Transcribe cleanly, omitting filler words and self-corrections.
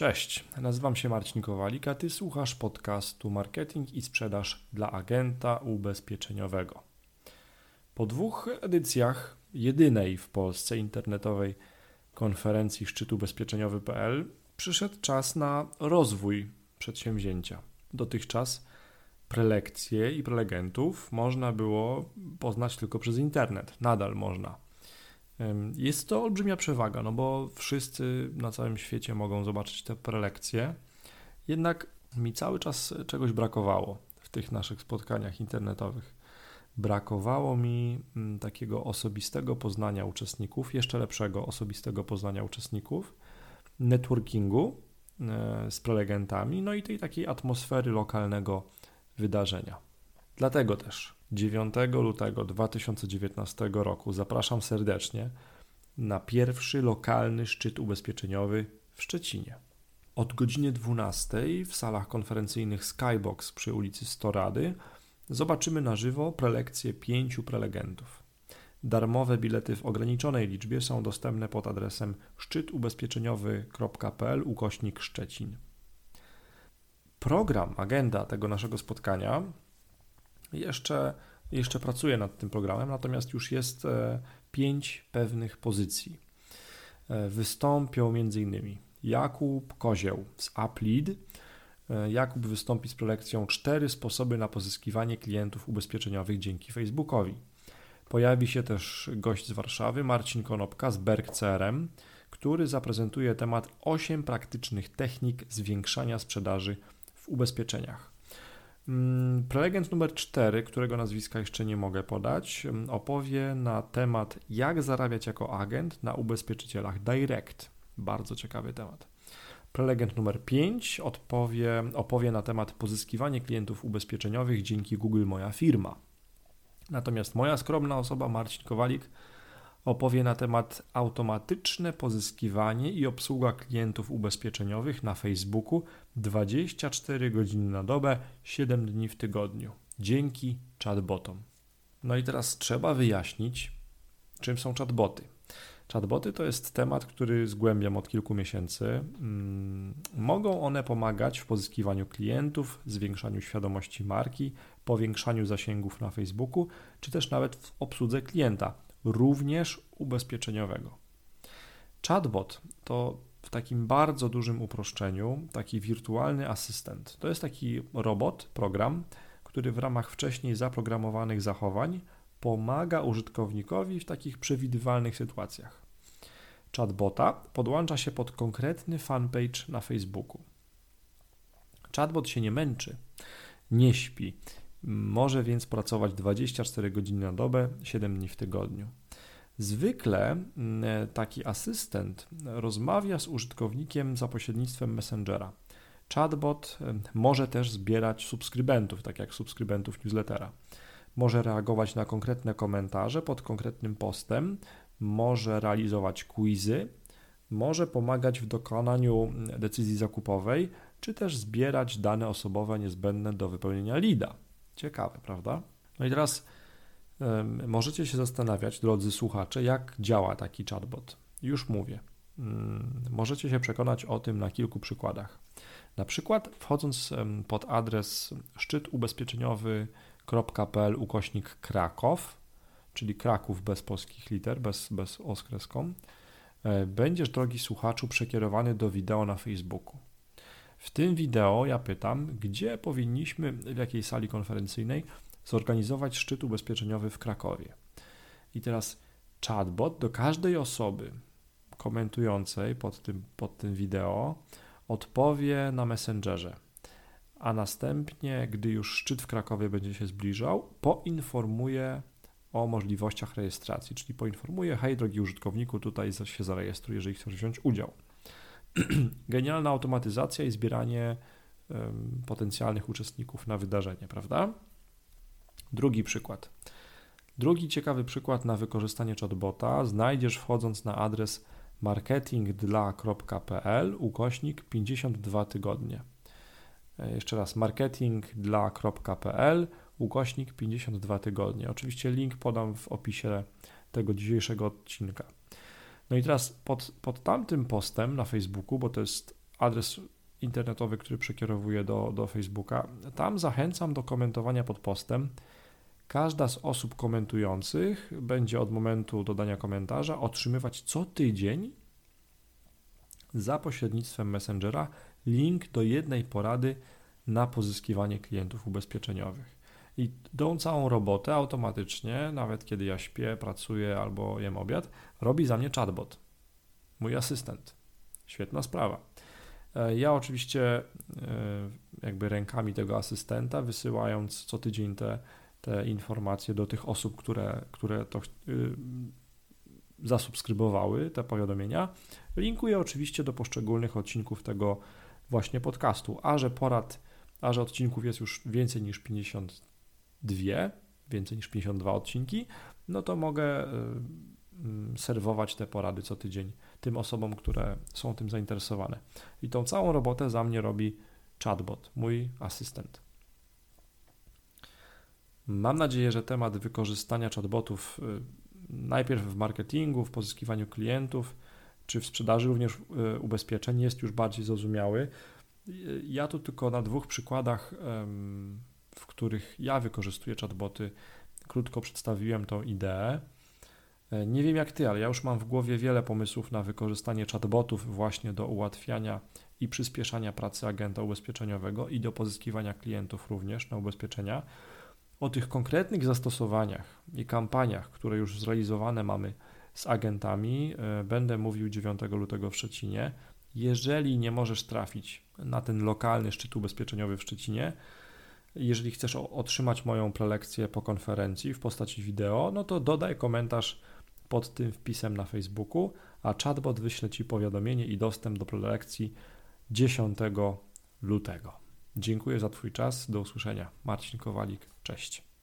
Cześć, nazywam się Marcin Kowalik, a Ty słuchasz podcastu Marketing i Sprzedaż dla Agenta Ubezpieczeniowego. Po 2 edycjach jedynej w Polsce internetowej konferencji szczytubezpieczeniowy.pl przyszedł czas na rozwój przedsięwzięcia. Dotychczas prelekcje i prelegentów można było poznać tylko przez internet, nadal można. Jest to olbrzymia przewaga, no bo wszyscy na całym świecie mogą zobaczyć te prelekcje, jednak mi cały czas czegoś brakowało w tych naszych spotkaniach internetowych. Brakowało mi takiego osobistego poznania uczestników, jeszcze lepszego osobistego poznania uczestników, networkingu z prelegentami, no i tej takiej atmosfery lokalnego wydarzenia. Dlatego też 9 lutego 2019 roku zapraszam serdecznie na pierwszy lokalny szczyt ubezpieczeniowy w Szczecinie. Od godziny 12 w salach konferencyjnych Skybox przy ulicy Storady zobaczymy na żywo prelekcje 5 prelegentów. Darmowe bilety w ograniczonej liczbie są dostępne pod adresem szczytubezpieczeniowy.pl/Szczecin. Program, agenda tego naszego spotkania jeszcze pracuję nad tym programem, natomiast już jest 5 pewnych pozycji. Wystąpią m.in. Jakub Kozieł z UpLead. Jakub wystąpi z prelekcją 4 sposoby na pozyskiwanie klientów ubezpieczeniowych dzięki Facebookowi. Pojawi się też gość z Warszawy, Marcin Konopka z Berg CRM, który zaprezentuje temat 8 praktycznych technik zwiększania sprzedaży w ubezpieczeniach. Prelegent numer 4, którego nazwiska jeszcze nie mogę podać, opowie na temat jak zarabiać jako agent na ubezpieczycielach direct. Bardzo ciekawy temat. Prelegent numer 5 opowie na temat pozyskiwania klientów ubezpieczeniowych dzięki Google Moja Firma. Natomiast moja skromna osoba, Marcin Kowalik, opowie na temat automatyczne pozyskiwanie i obsługa klientów ubezpieczeniowych na Facebooku 24 godziny na dobę, 7 dni w tygodniu, dzięki chatbotom. No i teraz trzeba wyjaśnić, czym są chatboty. Chatboty to jest temat, który zgłębiam od kilku miesięcy. Mogą one pomagać w pozyskiwaniu klientów, zwiększaniu świadomości marki, powiększaniu zasięgów na Facebooku, czy też nawet w obsłudze klienta, również ubezpieczeniowego. Chatbot to w takim bardzo dużym uproszczeniu taki wirtualny asystent. To jest taki robot, program, który w ramach wcześniej zaprogramowanych zachowań pomaga użytkownikowi w takich przewidywalnych sytuacjach. Chatbota podłącza się pod konkretny fanpage na Facebooku. Chatbot się nie męczy, nie śpi. Może więc pracować 24 godziny na dobę, 7 dni w tygodniu. Zwykle taki asystent rozmawia z użytkownikiem za pośrednictwem Messengera. Chatbot może też zbierać subskrybentów, tak jak subskrybentów newslettera. Może reagować na konkretne komentarze pod konkretnym postem, może realizować quizy, może pomagać w dokonaniu decyzji zakupowej, czy też zbierać dane osobowe niezbędne do wypełnienia leada. Ciekawe, prawda? No i teraz możecie się zastanawiać, drodzy słuchacze, jak działa taki chatbot. Już mówię. Możecie się przekonać o tym na kilku przykładach. Na przykład wchodząc pod adres szczytubezpieczeniowy.pl/Kraków, czyli Kraków bez polskich liter, bez o z kreską, będziesz, drogi słuchaczu, przekierowany do wideo na Facebooku. W tym wideo ja pytam, gdzie powinniśmy, w jakiej sali konferencyjnej zorganizować szczyt ubezpieczeniowy w Krakowie. I teraz chatbot do każdej osoby komentującej pod tym wideo odpowie na Messengerze, a następnie, gdy już szczyt w Krakowie będzie się zbliżał, poinformuje o możliwościach rejestracji, czyli poinformuje: hej, drogi użytkowniku, tutaj się zarejestruj, jeżeli chcesz wziąć udział. Genialna automatyzacja i zbieranie potencjalnych uczestników na wydarzenie, prawda? Drugi ciekawy przykład na wykorzystanie chatbota znajdziesz wchodząc na adres marketingdla.pl/52 tygodnie. Jeszcze raz, marketingdla.pl/52 tygodnie. Oczywiście link podam w opisie tego dzisiejszego odcinka. No i teraz pod tamtym postem na Facebooku, bo to jest adres internetowy, który przekierowuję do Facebooka. Tam zachęcam do komentowania pod postem. Każda z osób komentujących będzie od momentu dodania komentarza otrzymywać co tydzień za pośrednictwem Messengera link do jednej porady na pozyskiwanie klientów ubezpieczeniowych. I tą całą robotę automatycznie, nawet kiedy ja śpię, pracuję albo jem obiad, robi za mnie chatbot, mój asystent. Świetna sprawa. Ja oczywiście jakby rękami tego asystenta, wysyłając co tydzień te informacje do tych osób, które to zasubskrybowały, te powiadomienia, linkuję oczywiście do poszczególnych odcinków tego właśnie podcastu, a że odcinków jest już więcej niż 52 odcinki, no to mogę serwować te porady co tydzień tym osobom, które są tym zainteresowane. I tą całą robotę za mnie robi chatbot, mój asystent. Mam nadzieję, że temat wykorzystania chatbotów najpierw w marketingu, w pozyskiwaniu klientów, czy w sprzedaży również ubezpieczeń jest już bardziej zrozumiały. Ja tu tylko na 2 przykładach, w których ja wykorzystuję chatboty, krótko przedstawiłem tą ideę. Nie wiem jak Ty, ale ja już mam w głowie wiele pomysłów na wykorzystanie chatbotów właśnie do ułatwiania i przyspieszania pracy agenta ubezpieczeniowego i do pozyskiwania klientów również na ubezpieczenia. O tych konkretnych zastosowaniach i kampaniach, które już zrealizowane mamy z agentami, będę mówił 9 lutego w Szczecinie. Jeżeli nie możesz trafić na ten lokalny szczyt ubezpieczeniowy w Szczecinie, jeżeli chcesz otrzymać moją prelekcję po konferencji w postaci wideo, no to dodaj komentarz pod tym wpisem na Facebooku, a chatbot wyśle Ci powiadomienie i dostęp do prelekcji 10 lutego. Dziękuję za Twój czas. Do usłyszenia. Marcin Kowalik. Cześć.